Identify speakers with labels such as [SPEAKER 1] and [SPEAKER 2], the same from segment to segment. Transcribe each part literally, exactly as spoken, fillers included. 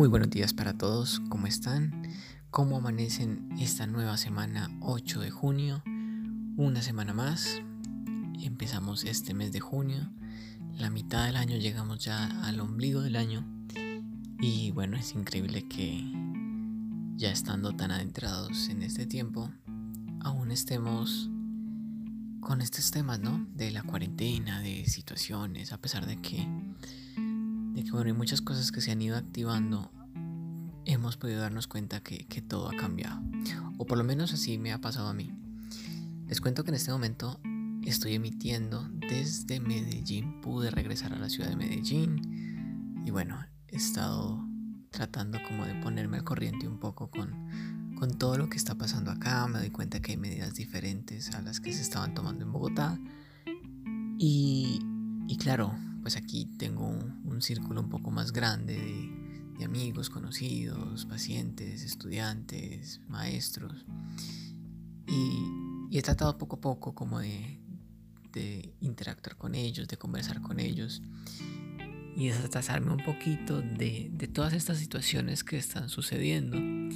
[SPEAKER 1] Muy buenos días para todos, ¿cómo están? ¿Cómo amanecen esta nueva semana ocho de junio? Una semana más, empezamos este mes de junio, la mitad del año, llegamos ya al ombligo del año y bueno, es increíble que ya estando tan adentrados en este tiempo, aún estemos con estos temas, ¿no? De la cuarentena, de situaciones, a pesar de que, de que bueno, hay muchas cosas que se han ido activando. Hemos podido darnos cuenta que, que todo ha cambiado, o por lo menos así me ha pasado a mí. Les cuento que en este momento estoy emitiendo desde Medellín. Pude regresar a la ciudad de Medellín y bueno, he estado tratando como de ponerme al corriente un poco con, con todo lo que está pasando acá. Me doy cuenta que hay medidas diferentes a las que se estaban tomando en Bogotá y, y claro, pues aquí tengo un, un círculo un poco más grande de de amigos, conocidos, pacientes, estudiantes, maestros y, y he tratado poco a poco como de, de interactuar con ellos, de conversar con ellos y desatasarme un poquito de, de todas estas situaciones que están sucediendo.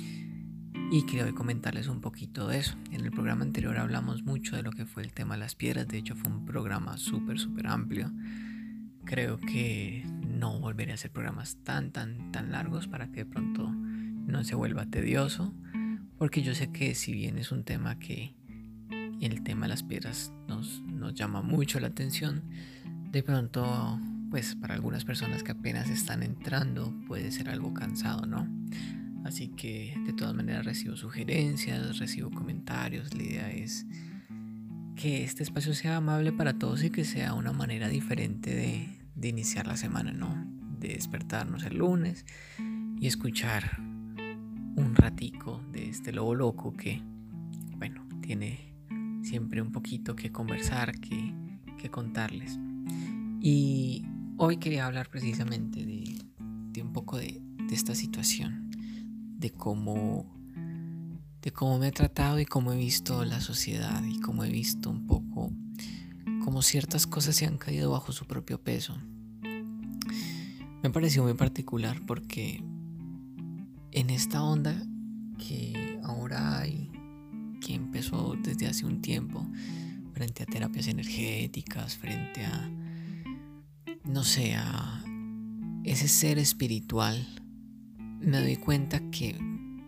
[SPEAKER 1] Y quería hoy comentarles un poquito de eso. En el programa anterior hablamos mucho de lo que fue el tema de las piedras. De hecho fue un programa súper súper amplio. Creo que no volveré a hacer programas tan, tan, tan largos para que de pronto no se vuelva tedioso, porque yo sé que si bien es un tema que el tema de las piedras nos, nos llama mucho la atención, de pronto, pues para algunas personas que apenas están entrando puede ser algo cansado, ¿no? Así que de todas maneras recibo sugerencias, recibo comentarios. La idea es que este espacio sea amable para todos y que sea una manera diferente de, de iniciar la semana, ¿no? De despertarnos el lunes y escuchar un ratico de este lobo loco que, bueno, tiene siempre un poquito que conversar, que, que contarles. Y hoy quería hablar precisamente de, de un poco de, de esta situación, de cómo de cómo me he tratado y cómo he visto la sociedad y cómo he visto un poco cómo ciertas cosas se han caído bajo su propio peso. Me ha parecido muy particular porque en esta onda que ahora hay, que empezó desde hace un tiempo, frente a terapias energéticas, frente a, no sé, a ese ser espiritual, me doy cuenta que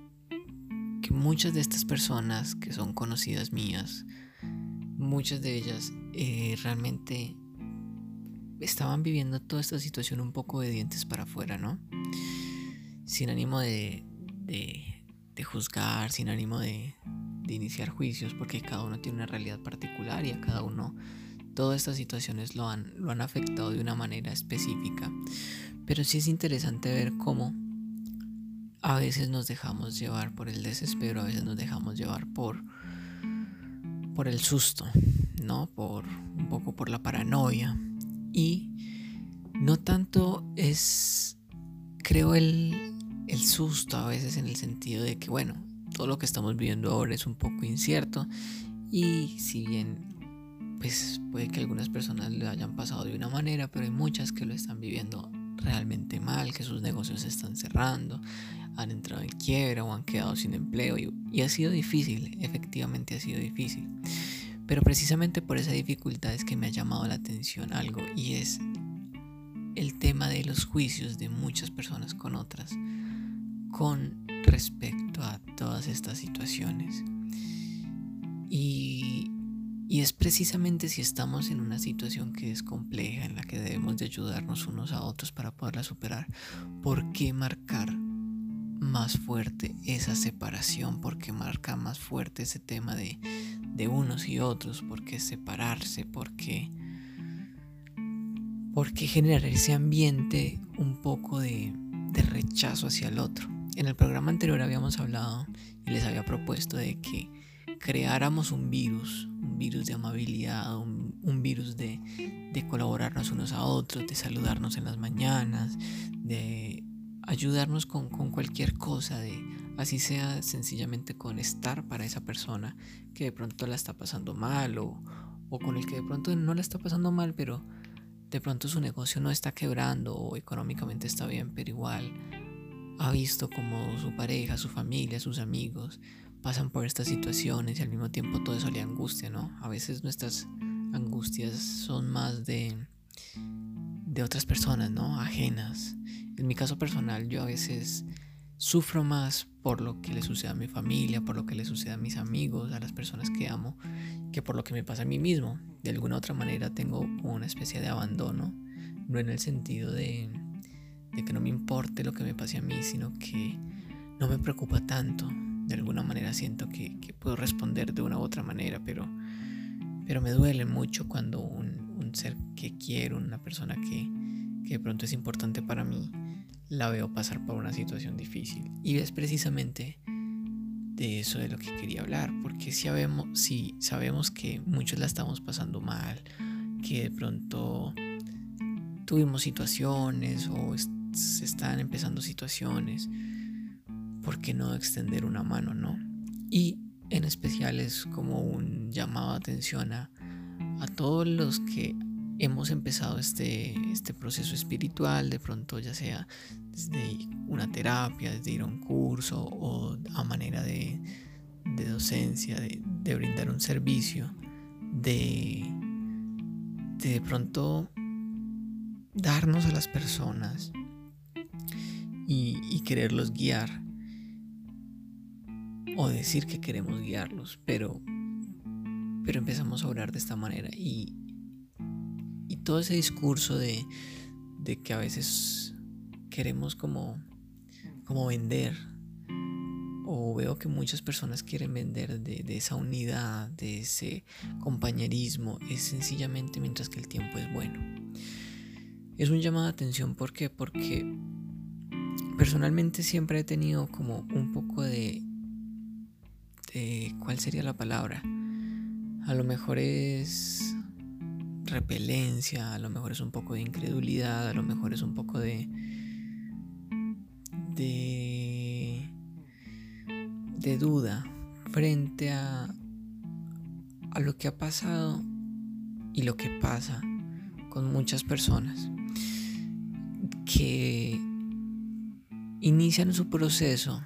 [SPEAKER 1] que muchas de estas personas que son conocidas mías, muchas de ellas eh, realmente estaban viviendo toda esta situación un poco de dientes para afuera, ¿no? Sin ánimo de, de, de juzgar, sin ánimo de, de iniciar juicios, porque cada uno tiene una realidad particular y a cada uno todas estas situaciones lo han, lo han afectado de una manera específica. Pero sí es interesante ver cómo a veces nos dejamos llevar por el desespero, a veces nos dejamos llevar por, por el susto, ¿no? Por un poco por la paranoia. Y no tanto es, creo, el, el susto a veces en el sentido de que, bueno, todo lo que estamos viviendo ahora es un poco incierto. Y si bien, pues puede que algunas personas lo hayan pasado de una manera, pero hay muchas que lo están viviendo realmente mal, que sus negocios se están cerrando, han entrado en quiebra o han quedado sin empleo y, y ha sido difícil, efectivamente ha sido difícil. Pero precisamente por esa dificultad es que me ha llamado la atención algo, y es el tema de los juicios de muchas personas con otras con respecto a todas estas situaciones. Y, y es precisamente si estamos en una situación que es compleja, en la que debemos de ayudarnos unos a otros para poderla superar, ¿por qué marcar más fuerte esa separación? ¿Por qué marca más fuerte ese tema de, de unos y otros? ¿Por qué separarse? ¿Por qué, por qué generar ese ambiente un poco de, de rechazo hacia el otro? En el programa anterior habíamos hablado y les había propuesto de que creáramos un virus, un virus de amabilidad, un, un virus de, de colaborarnos unos a otros, de saludarnos en las mañanas, de ayudarnos con, con cualquier cosa, de así sea sencillamente con estar para esa persona que de pronto la está pasando mal, o, o con el que de pronto no la está pasando mal, pero de pronto su negocio no está quebrando o económicamente está bien, pero igual ha visto como su pareja, su familia, sus amigos pasan por estas situaciones y al mismo tiempo todo eso le angustia, ¿no? A veces nuestras angustias son más de, de otras personas, ¿no? Ajenas. En mi caso personal, yo a veces sufro más por lo que le sucede a mi familia, por lo que le sucede a mis amigos, a las personas que amo, que por lo que me pasa a mí mismo. De alguna otra manera tengo una especie de abandono, no en el sentido de, de que no me importe lo que me pase a mí, sino que no me preocupa tanto. De alguna manera siento que, que puedo responder de una u otra manera, pero, pero me duele mucho cuando un, un ser que quiero, una persona que, que de pronto es importante para mí, la veo pasar por una situación difícil. Y es precisamente de eso de lo que quería hablar, porque si sabemos, si sabemos que muchos la estamos pasando mal, que de pronto tuvimos situaciones o est- se están empezando situaciones, ¿por qué no extender una mano, no? Y en especial es como un llamado de atención a, a todos los que hemos empezado este, este proceso espiritual, de pronto ya sea desde una terapia, desde ir a un curso o a manera de, de docencia, de, de brindar un servicio, de, de de pronto darnos a las personas y, y quererlos guiar o decir que queremos guiarlos, pero, pero empezamos a orar de esta manera y, y todo ese discurso de, de que a veces queremos como, como vender, o veo que muchas personas quieren vender de, de esa unidad, de ese compañerismo, es sencillamente mientras que el tiempo es bueno. Es un llamado de atención, ¿por qué? Porque personalmente siempre he tenido como un poco de, de ¿cuál sería la palabra? A lo mejor es repelencia, a lo mejor es un poco de incredulidad, a lo mejor es un poco de de, de duda frente a, a lo que ha pasado y lo que pasa con muchas personas que inician su proceso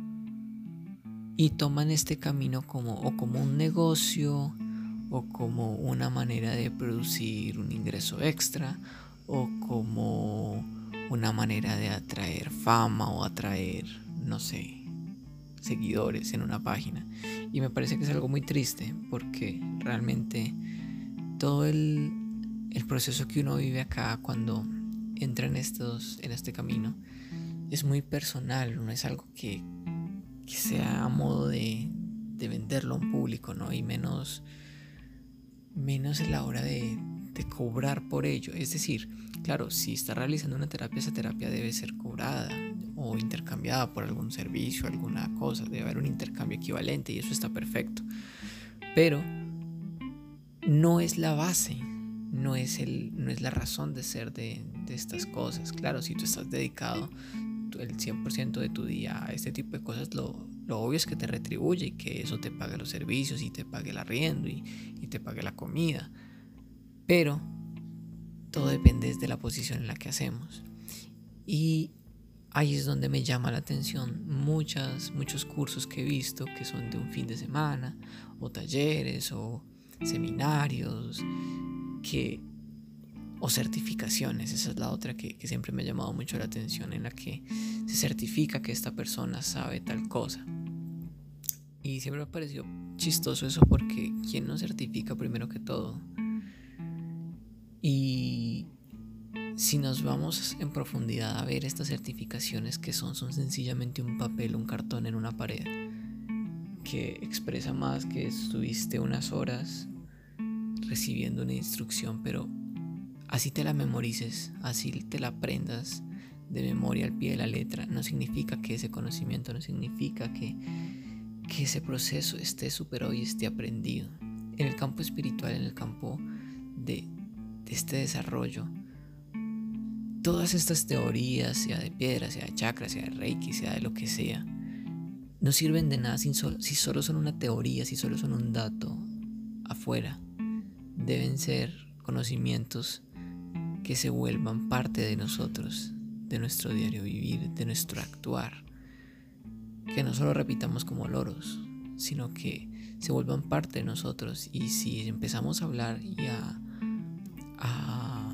[SPEAKER 1] y toman este camino como o como un negocio o como una manera de producir un ingreso extra o como una manera de atraer fama o atraer, no sé, seguidores en una página. Y me parece que es algo muy triste porque realmente todo el, el proceso que uno vive acá cuando entra en, estos, en este camino es muy personal, no es algo que, que sea a modo de, de venderlo a un público, ¿no? Y menos, menos a la hora de, de cobrar por ello. Es decir, claro, si está realizando una terapia, esa terapia debe ser cobrada o intercambiada por algún servicio, alguna cosa, debe haber un intercambio equivalente y eso está perfecto. Pero no es la base, no es, el, no es la razón de ser de, de estas cosas. Claro, si tú estás dedicado el cien por ciento de tu día a este tipo de cosas, lo, lo obvio es que te retribuye y que eso te pague los servicios y te pague el arriendo y, y te pague la comida. Pero todo depende de la posición en la que hacemos. Y ahí es donde me llama la atención muchas, muchos cursos que he visto que son de un fin de semana, o talleres, o seminarios, que, o certificaciones. Esa es la otra que, que siempre me ha llamado mucho la atención, en la que se certifica que esta persona sabe tal cosa. Y siempre me ha parecido chistoso eso, porque ¿quién nos certifica primero que todo? Y si nos vamos en profundidad a ver estas certificaciones que son, son sencillamente un papel, un cartón en una pared que expresa más que estuviste unas horas recibiendo una instrucción, pero así te la memorices, así te la aprendas de memoria al pie de la letra, no significa que ese conocimiento, no significa que, que ese proceso esté superado y esté aprendido. En el campo espiritual, en el campo de, de este desarrollo, todas estas teorías, sea de piedra, sea de chakra, sea de reiki, sea de lo que sea, no sirven de nada si solo, si solo son una teoría, si solo son un dato afuera. Deben ser conocimientos que se vuelvan parte de nosotros, de nuestro diario vivir, de nuestro actuar. Que no solo repitamos como loros, sino que se vuelvan parte de nosotros. Y si empezamos a hablar y a, a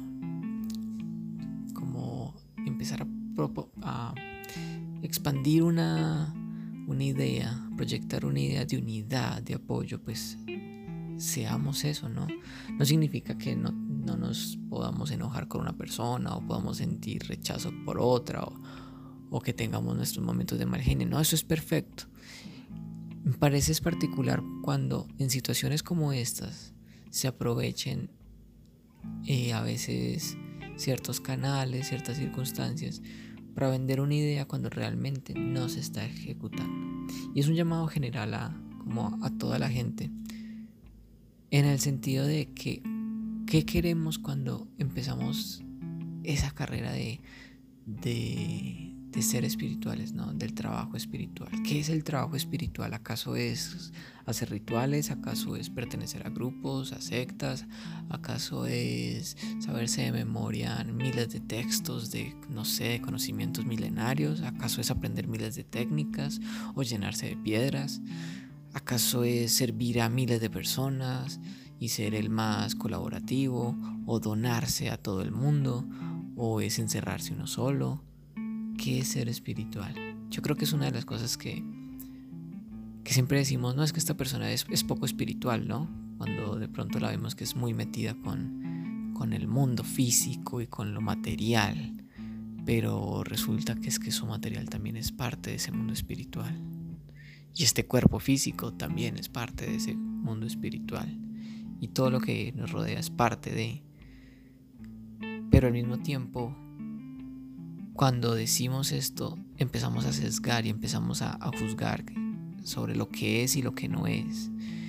[SPEAKER 1] como empezar a, propo, a expandir una, una idea, proyectar una idea de unidad, de apoyo, pues seamos eso, ¿no? No significa que no, no nos podamos enojar con una persona o podamos sentir rechazo por otra o, o que tengamos nuestros momentos de mal genio. No, eso es perfecto. Me parece es particular cuando en situaciones como estas se aprovechen eh, a veces ciertos canales, ciertas circunstancias para vender una idea cuando realmente no se está ejecutando. Y es un llamado general a, como a toda la gente, en el sentido de que ¿qué queremos cuando empezamos esa carrera de, de, de ser espirituales, ¿no? Del trabajo espiritual? ¿Qué es el trabajo espiritual? ¿Acaso es hacer rituales? ¿Acaso es pertenecer a grupos, a sectas? ¿Acaso es saberse de memoria miles de textos de, no sé, de conocimientos milenarios? ¿Acaso es aprender miles de técnicas o llenarse de piedras? ¿Acaso es servir a miles de personas y ser el más colaborativo o donarse a todo el mundo? ¿O es encerrarse uno solo? ¿Qué es ser espiritual? Yo creo que es una de las cosas que, que siempre decimos, no, es que esta persona es, es poco espiritual, ¿no? Cuando de pronto la vemos que es muy metida con, con el mundo físico y con lo material, pero resulta que es que su material también es parte de ese mundo espiritual. Y este cuerpo físico también es parte de ese mundo espiritual. Y todo lo que nos rodea es parte de. Pero al mismo tiempo, cuando decimos esto, empezamos a sesgar y empezamos a, a juzgar sobre lo que es y lo que no es.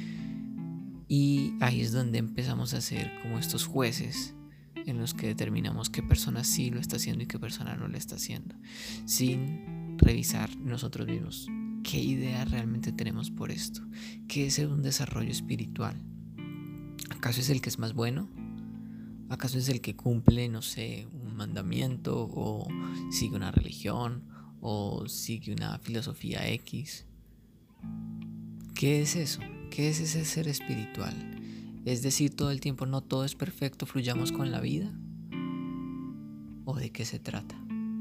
[SPEAKER 1] Y ahí es donde empezamos a ser como estos jueces en los que determinamos qué persona sí lo está haciendo y qué persona no lo está haciendo, sin revisar nosotros mismos qué idea realmente tenemos por esto. ¿Qué es un desarrollo espiritual? ¿Acaso es el que es más bueno? ¿Acaso es el que cumple, no sé, un mandamiento o sigue una religión o sigue una filosofía X? ¿Qué es eso? ¿Qué es ese ser espiritual? Es decir, todo el tiempo no todo es perfecto, fluyamos con la vida. ¿O de qué se trata?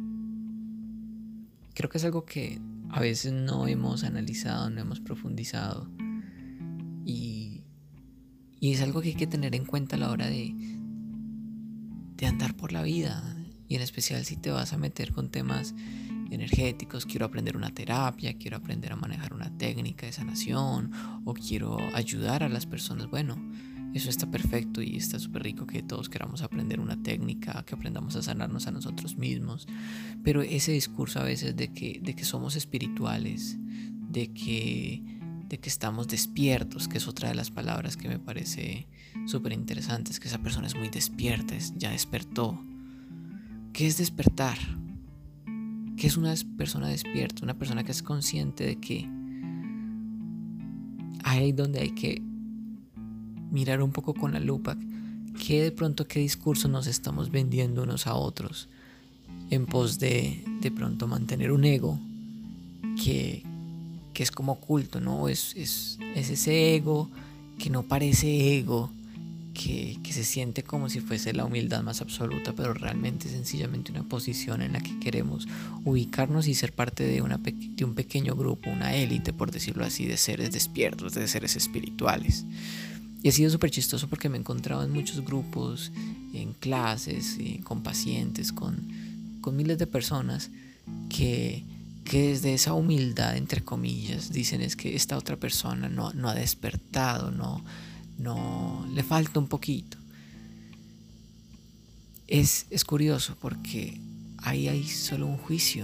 [SPEAKER 1] Creo que es algo que a veces no hemos analizado, no hemos profundizado y, y es algo que hay que tener en cuenta a la hora de, de andar por la vida, y en especial si te vas a meter con temas energéticos. Quiero aprender una terapia, quiero aprender a manejar una técnica de sanación o quiero ayudar a las personas. Bueno, eso está perfecto y está súper rico que todos queramos aprender una técnica, que aprendamos a sanarnos a nosotros mismos. Pero ese discurso a veces de que, de que somos espirituales, de que, de que estamos despiertos, que es otra de las palabras que me parece súper interesante, es que esa persona es muy despierta, ya despertó. ¿Qué es despertar? ¿Qué es una persona despierta? Una persona que es consciente de que ahí donde hay que mirar un poco con la lupa, que de pronto qué discurso nos estamos vendiendo unos a otros en pos de de pronto mantener un ego que, que es como oculto, ¿no? Es, es, es ese ego que no parece ego, que, que se siente como si fuese la humildad más absoluta, pero realmente es sencillamente una posición en la que queremos ubicarnos y ser parte de, una pe- de un pequeño grupo, una élite, por decirlo así, de seres despiertos, de seres espirituales. Y ha sido súper chistoso porque me he encontrado en muchos grupos, en clases, con pacientes, con, con miles de personas que, que desde esa humildad, entre comillas, dicen es que esta otra persona no, no ha despertado, no, no le falta un poquito. Es, es curioso porque ahí hay solo un juicio.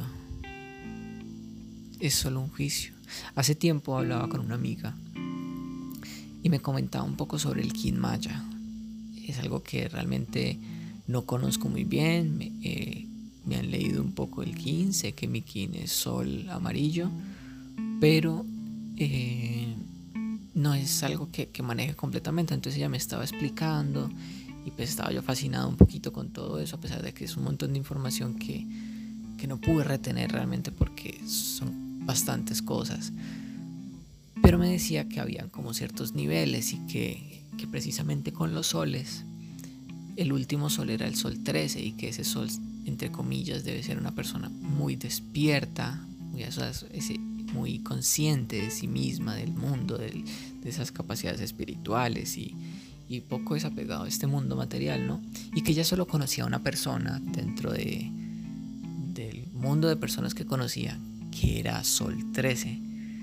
[SPEAKER 1] Es solo un juicio. Hace tiempo hablaba con una amiga y me comentaba un poco sobre el Kin Maya. Es algo que realmente no conozco muy bien. Me, eh, me han leído un poco el Kin. Sé que mi Kin es sol amarillo, pero eh, no es algo que, que maneje completamente. Entonces ella me estaba explicando y pues estaba yo fascinado un poquito con todo eso, a pesar de que es un montón de información que, que no pude retener realmente porque son bastantes cosas. Pero me decía que habían como ciertos niveles y que, que precisamente con los soles, el último sol era el sol trece y que ese sol, entre comillas, debe ser una persona muy despierta, muy, ese, muy consciente de sí misma, del mundo, del, de esas capacidades espirituales y, y poco desapegado a este mundo material, ¿no? Y que ella solo conocía a una persona dentro de, del mundo de personas que conocía, que era Sol trece.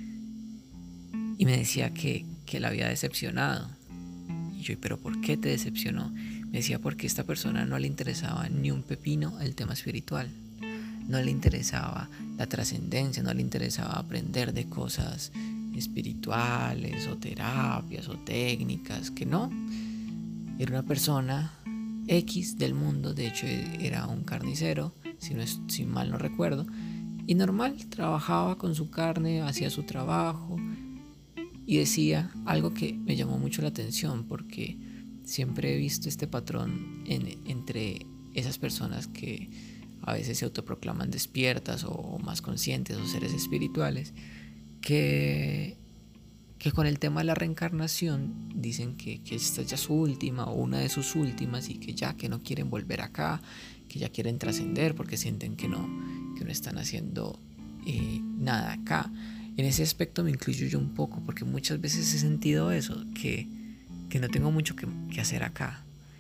[SPEAKER 1] Y me decía que, que la había decepcionado. Y yo, ¿pero por qué te decepcionó? Me decía porque a esta persona no le interesaba ni un pepino el tema espiritual. No le interesaba la trascendencia, no le interesaba aprender de cosas espirituales o terapias o técnicas, que no. Era una persona X del mundo, de hecho era un carnicero, si, no es, si mal no recuerdo, y normal, trabajaba con su carne, hacía su trabajo y decía algo que me llamó mucho la atención porque siempre he visto este patrón en, entre esas personas que a veces se autoproclaman despiertas o más conscientes o seres espirituales, que, que con el tema de la reencarnación dicen que, que esta es ya su última o una de sus últimas y que ya que no quieren volver acá, que ya quieren trascender porque sienten que no, que no están haciendo eh, nada acá. En ese aspecto me incluyo yo un poco porque muchas veces he sentido eso, que, que no tengo mucho que, que hacer acá.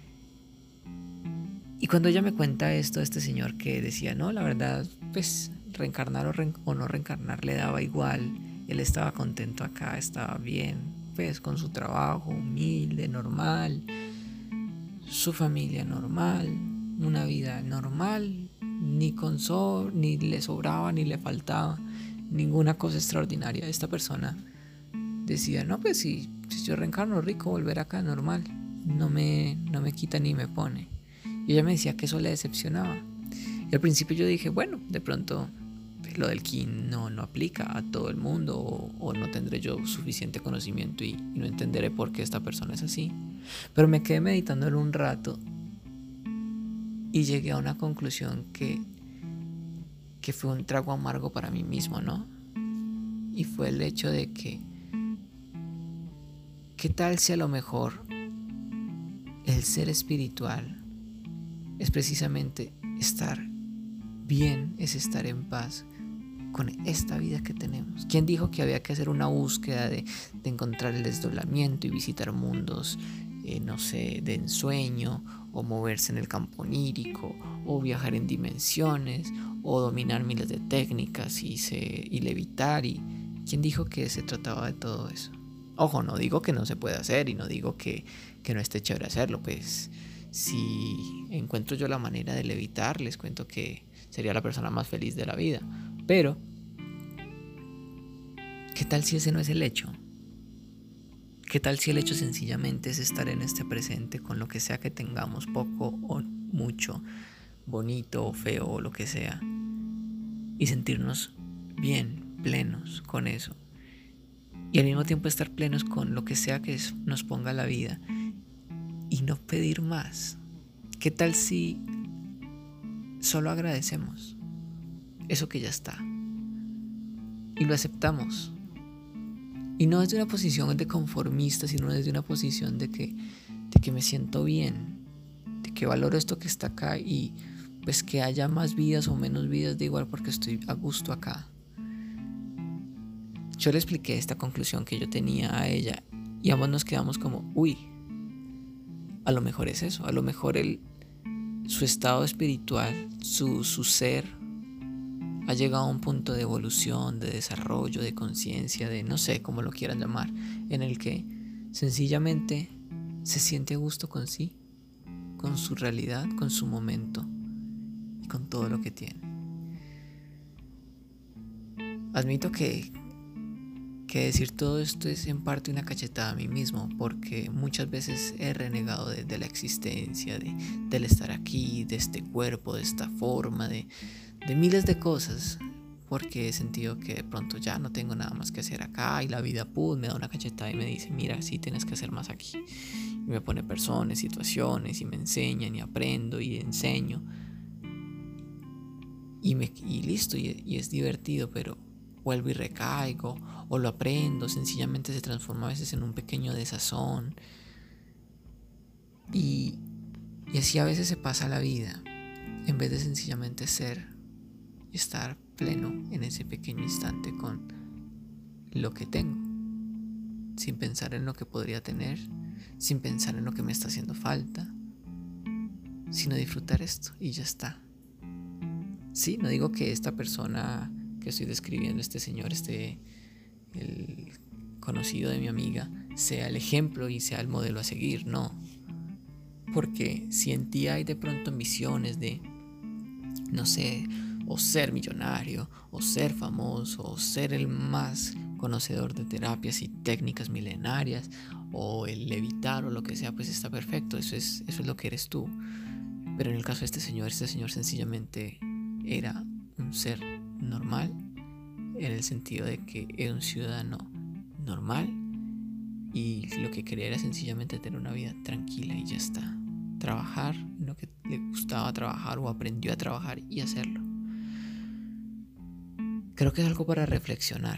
[SPEAKER 1] Y cuando ella me cuenta esto, este señor que decía, no, la verdad, pues reencarnar o, re- o no reencarnar le daba igual, él estaba contento acá, estaba bien, pues con su trabajo, humilde, normal, su familia normal, una vida normal, ni con so- ni le sobraba ni le faltaba ninguna cosa extraordinaria. Esta persona decía, no, pues si, si yo reencarno rico, volver acá normal, no me, no me quita ni me pone. Y ella me decía que eso le decepcionaba. Y al principio yo dije, bueno, de pronto pues, lo del ki no, no aplica a todo el mundo o, o no tendré yo suficiente conocimiento y, y no entenderé por qué esta persona es así. Pero me quedé meditándolo un rato y llegué a una conclusión que, que fue un trago amargo para mí mismo, ¿no? Y fue el hecho de que ¿qué tal si a lo mejor el ser espiritual es precisamente estar bien, es estar en paz con esta vida que tenemos? ¿Quién dijo que había que hacer una búsqueda de, de encontrar el desdoblamiento y visitar mundos, eh, no sé, de ensueño, o moverse en el campo onírico, o viajar en dimensiones, o dominar miles de técnicas y, se, y levitar? ¿Y quién dijo que se trataba de todo eso? Ojo, no digo que no se pueda hacer y no digo que, que no esté chévere hacerlo, pues si encuentro yo la manera de levitar, les cuento que sería la persona más feliz de la vida. Pero, ¿qué tal si ese no es el hecho? ¿Qué tal si el hecho sencillamente es estar en este presente con lo que sea que tengamos, poco o mucho, bonito o feo o lo que sea, y sentirnos bien, plenos con eso? Y al mismo tiempo estar plenos con lo que sea que nos ponga la vida y no pedir más. ¿Qué tal si solo agradecemos eso que ya está y lo aceptamos? Y no desde una posición de conformista, sino desde una posición de que, de que me siento bien, de que valoro esto que está acá y pues que haya más vidas o menos vidas, da igual porque estoy a gusto acá. Yo le expliqué esta conclusión que yo tenía a ella y ambos nos quedamos como, uy, a lo mejor es eso, a lo mejor el, su estado espiritual, su, su ser ha llegado a un punto de evolución, de desarrollo, de conciencia, de no sé cómo lo quieran llamar, en el que sencillamente se siente a gusto con sí, con su realidad, con su momento y con todo lo que tiene. Admito que que decir todo esto es en parte una cachetada a mí mismo, porque muchas veces he renegado de, de la existencia, de, del estar aquí, de este cuerpo, de esta forma, de, de miles de cosas, porque he sentido que de pronto ya no tengo nada más que hacer acá y la vida pum, me da una cachetada y me dice, mira, sí tienes que hacer más aquí. Y me pone personas, situaciones y me enseñan y aprendo y enseño. y, me, y listo, y, y es divertido, pero vuelvo y recaigo, o lo aprendo, sencillamente se transforma a veces en un pequeño desazón. Y, y así a veces se pasa la vida, en vez de sencillamente ser y estar pleno en ese pequeño instante con lo que tengo, sin pensar en lo que podría tener, sin pensar en lo que me está haciendo falta, sino disfrutar esto y ya está. Sí, no digo que esta persona que estoy describiendo, este señor, este el conocido de mi amiga, sea el ejemplo y sea el modelo a seguir, no. Porque si en ti hay de pronto ambiciones de, no sé, o ser millonario, o ser famoso, o ser el más conocedor de terapias y técnicas milenarias, o el levitar o lo que sea, pues está perfecto, eso es, eso es lo que eres tú. Pero en el caso de este señor, este señor sencillamente era un ser normal, en el sentido de que era un ciudadano normal, y lo que quería era sencillamente tener una vida tranquila y ya está. Trabajar en lo que le gustaba trabajar, o aprendió a trabajar y hacerlo. Creo que es algo para reflexionar,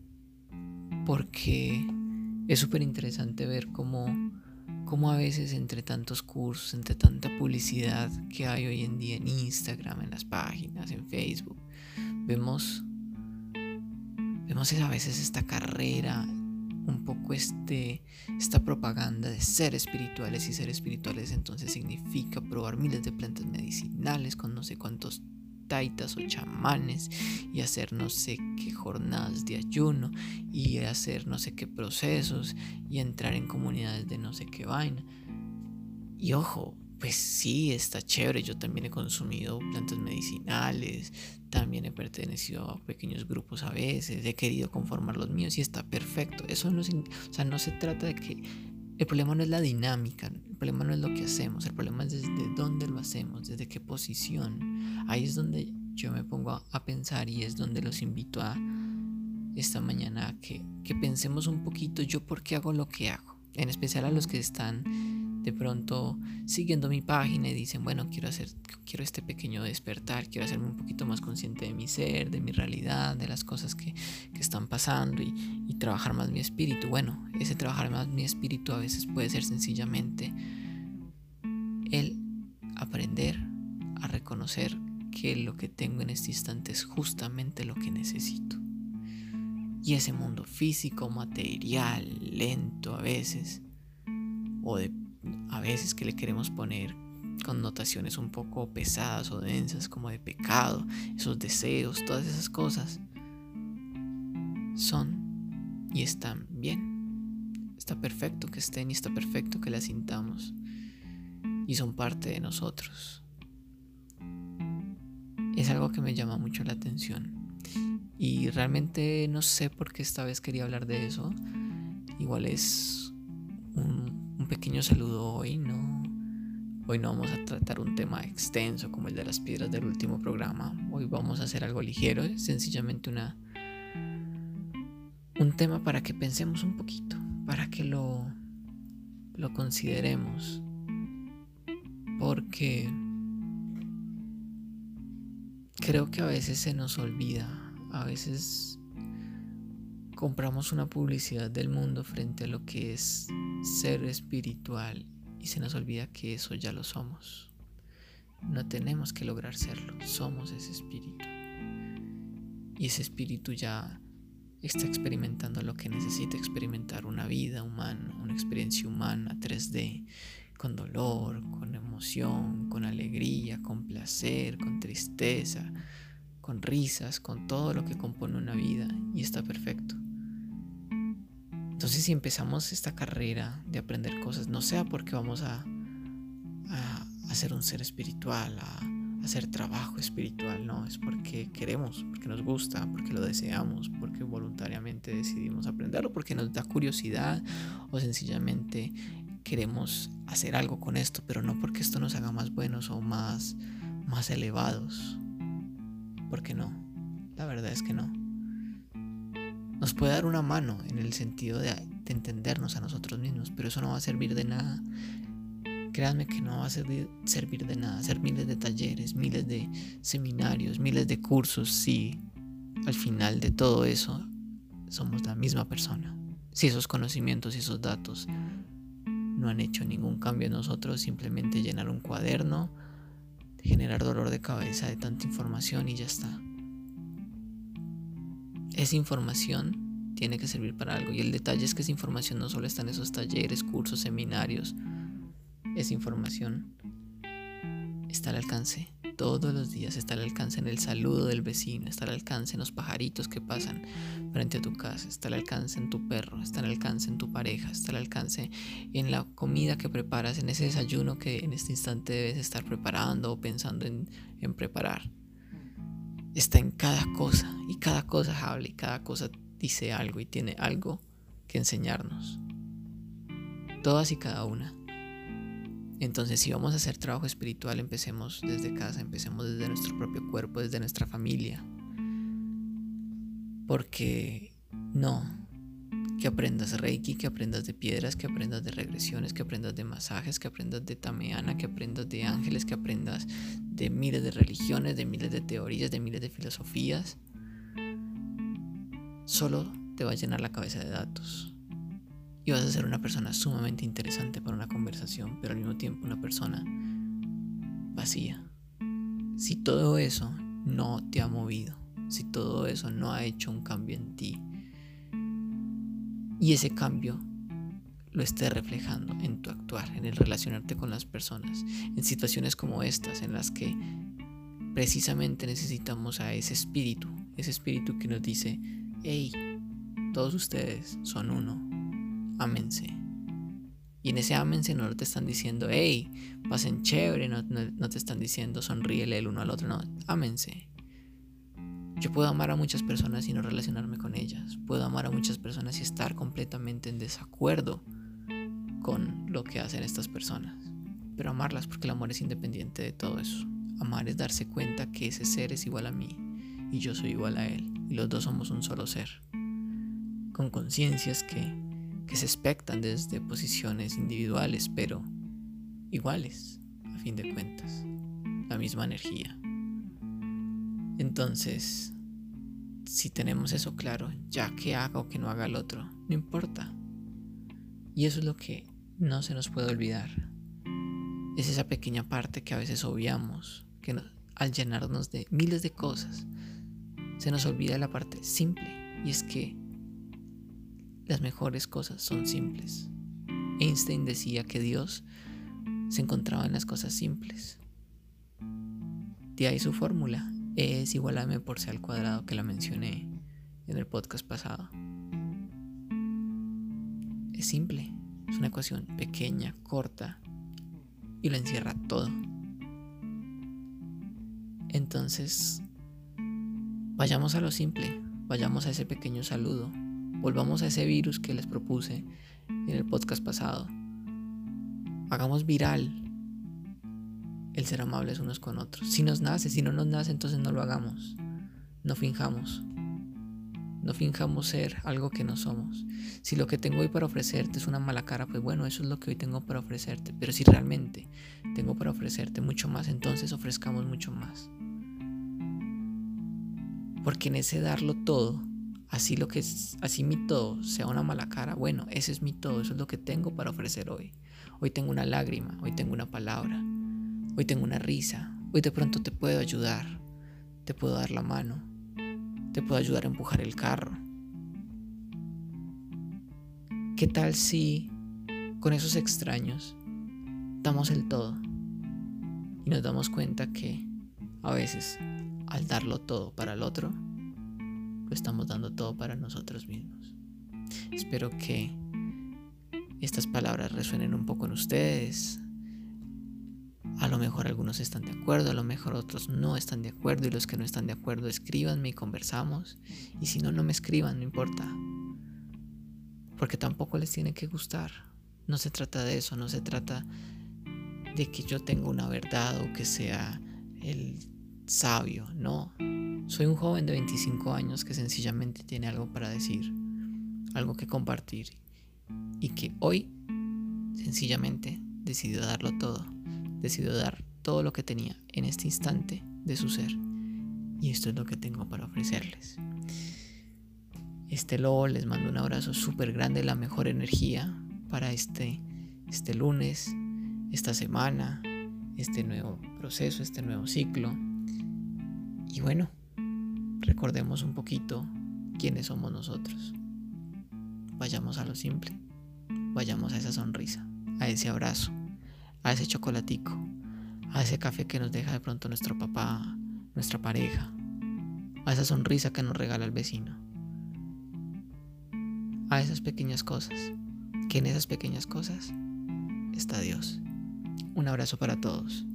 [SPEAKER 1] porque es súper interesante ver cómo, cómo a veces entre tantos cursos, entre tanta publicidad que hay hoy en día en Instagram, en las páginas, en Facebook, vemos, vemos a veces esta carrera, un poco este, esta propaganda de ser espirituales, y ser espirituales entonces significa probar miles de plantas medicinales con no sé cuántos taitas o chamanes, y hacer no sé qué jornadas de ayuno, y hacer no sé qué procesos, y entrar en comunidades de no sé qué vaina. Y ojo, pues sí, está chévere, yo también he consumido plantas medicinales, también he pertenecido a pequeños grupos a veces, he querido conformar los míos y está perfecto. Eso no, o sea, no se trata de que, el problema no es la dinámica, el problema no es lo que hacemos, el problema es desde dónde lo hacemos, desde qué posición. Ahí es donde yo me pongo a, a pensar, y es donde los invito a esta mañana a que, que pensemos un poquito, yo por qué hago lo que hago, en especial a los que están de pronto siguiendo mi página y dicen, bueno, quiero hacer, quiero este pequeño despertar, quiero hacerme un poquito más consciente de mi ser, de mi realidad, de las cosas que, que están pasando, y, y trabajar más mi espíritu. Bueno, ese trabajar más mi espíritu a veces puede ser sencillamente el aprender a reconocer que lo que tengo en este instante es justamente lo que necesito. Y ese mundo físico, material, lento a veces, o de a veces que le queremos poner connotaciones un poco pesadas o densas, como de pecado, esos deseos, todas esas cosas son y están bien. Está perfecto que estén y está perfecto que las sintamos, y son parte de nosotros. Es algo que me llama mucho la atención, y realmente no sé por qué esta vez quería hablar de eso. Igual es un, un pequeño saludo hoy, ¿no? Hoy no vamos a tratar un tema extenso como el de las piedras del último programa. Hoy vamos a hacer algo ligero, es sencillamente una, un tema para que pensemos un poquito, para que lo, lo consideremos, porque creo que a veces se nos olvida, a veces compramos una publicidad del mundo frente a lo que es ser espiritual, y se nos olvida que eso ya lo somos. No tenemos que lograr serlo, somos ese espíritu. Y ese espíritu ya está experimentando lo que necesita experimentar: una vida humana, una experiencia humana tres D, con dolor, con emoción, con alegría, con placer, con tristeza, con risas, con todo lo que compone una vida, y está perfecto. Entonces, si empezamos esta carrera de aprender cosas, no sea porque vamos a, a, a ser un ser espiritual, a, a hacer trabajo espiritual, no, es porque queremos, porque nos gusta, porque lo deseamos, porque voluntariamente decidimos aprenderlo, porque nos da curiosidad, o sencillamente queremos hacer algo con esto, pero no porque esto nos haga más buenos o más, más elevados. ¿Por qué no? La verdad es que no. Nos puede dar una mano en el sentido de, de entendernos a nosotros mismos, pero eso no va a servir de nada créanme que no va a servir, servir de nada hacer miles de talleres, miles de seminarios, miles de cursos si al final de todo eso somos la misma persona. Si esos conocimientos y esos datos no han hecho ningún cambio en nosotros, simplemente llenar un cuaderno, generar dolor de cabeza de tanta información y ya está. Esa información tiene que servir para algo, y el detalle es que esa información no solo está en esos talleres, cursos, seminarios. Esa información está al alcance todos los días, está al alcance en el saludo del vecino, está al alcance en los pajaritos que pasan frente a tu casa, está al alcance en tu perro, está al alcance en tu pareja, está al alcance en la comida que preparas, en ese desayuno que en este instante debes estar preparando o pensando en, en preparar. Está en cada cosa, y cada cosa habla y cada cosa dice algo y tiene algo que enseñarnos. Todas y cada una. Entonces, si vamos a hacer trabajo espiritual, empecemos desde casa, empecemos desde nuestro propio cuerpo, desde nuestra familia. Porque no, que aprendas Reiki, que aprendas de piedras, que aprendas de regresiones, que aprendas de masajes, que aprendas de Tameana, que aprendas de ángeles, que aprendas de miles de religiones, de miles de teorías, de miles de filosofías, solo te va a llenar la cabeza de datos. Y vas a ser una persona sumamente interesante para una conversación, pero al mismo tiempo una persona vacía. Si todo eso no te ha movido, si todo eso no ha hecho un cambio en ti, y ese cambio lo estés reflejando en tu actuar, en el relacionarte con las personas, en situaciones como estas en las que precisamente necesitamos a ese espíritu, ese espíritu que nos dice: hey, todos ustedes son uno, ámense. Y en ese ámense no te están diciendo: hey, pasen chévere, no, no, no te están diciendo sonríele el uno al otro, no, ámense. Yo puedo amar a muchas personas y no relacionarme con ellas. Puedo amar a muchas personas y estar completamente en desacuerdo con lo que hacen estas personas, pero amarlas, porque el amor es independiente de todo eso. Amar es darse cuenta que ese ser es igual a mí y yo soy igual a él, y los dos somos un solo ser, con conciencias que, que se expectan desde posiciones individuales, pero iguales a fin de cuentas, la misma energía. Entonces, si tenemos eso claro, ya que haga o que no haga el otro, no importa. Y eso es lo que no se nos puede olvidar. Es esa pequeña parte que a veces obviamos, que no, al llenarnos de miles de cosas, se nos olvida la parte simple, y es que las mejores cosas son simples. Einstein decía que Dios se encontraba en las cosas simples. De ahí su fórmula: E es igual a M por C al cuadrado, que la mencioné en el podcast pasado. Es simple, es una ecuación pequeña, corta, y lo encierra todo. Entonces, vayamos a lo simple, vayamos a ese pequeño saludo, volvamos a ese virus que les propuse en el podcast pasado. Hagamos viral el ser amables unos con otros. Si nos nace, si no nos nace, entonces no lo hagamos. No finjamos. No finjamos ser algo que no somos. Si lo que tengo hoy para ofrecerte es una mala cara, pues bueno, eso es lo que hoy tengo para ofrecerte. Pero si realmente tengo para ofrecerte mucho más, entonces ofrezcamos mucho más. Porque en ese darlo todo, así lo que es, así mi todo sea una mala cara, bueno, ese es mi todo, eso es lo que tengo para ofrecer hoy. Hoy tengo una lágrima, hoy tengo una palabra, hoy tengo una risa, hoy de pronto te puedo ayudar, te puedo dar la mano, te puedo ayudar a empujar el carro. ¿Qué tal si con esos extraños damos el todo y nos damos cuenta que a veces al darlo todo para el otro, lo estamos dando todo para nosotros mismos? Espero que estas palabras resuenen un poco en ustedes. A lo mejor algunos están de acuerdo, a lo mejor otros no están de acuerdo, y los que no están de acuerdo, escríbanme y conversamos. Y si no, no me escriban, no importa, porque tampoco les tiene que gustar. No se trata de eso, no se trata de que yo tenga una verdad o que sea el sabio, no. Soy un joven de veinticinco años que sencillamente tiene algo para decir, algo que compartir, y que hoy sencillamente decidió darlo todo, decidió dar todo lo que tenía en este instante de su ser. Y esto es lo que tengo para ofrecerles. Este lobo les mando un abrazo súper grande, la mejor energía para este, este lunes, esta semana, este nuevo proceso, este nuevo ciclo. Y bueno, recordemos un poquito quiénes somos nosotros. Vayamos a lo simple, vayamos a esa sonrisa, a ese abrazo, a ese chocolatico, a ese café que nos deja de pronto nuestro papá, nuestra pareja, a esa sonrisa que nos regala el vecino, a esas pequeñas cosas, que en esas pequeñas cosas está Dios. Un abrazo para todos.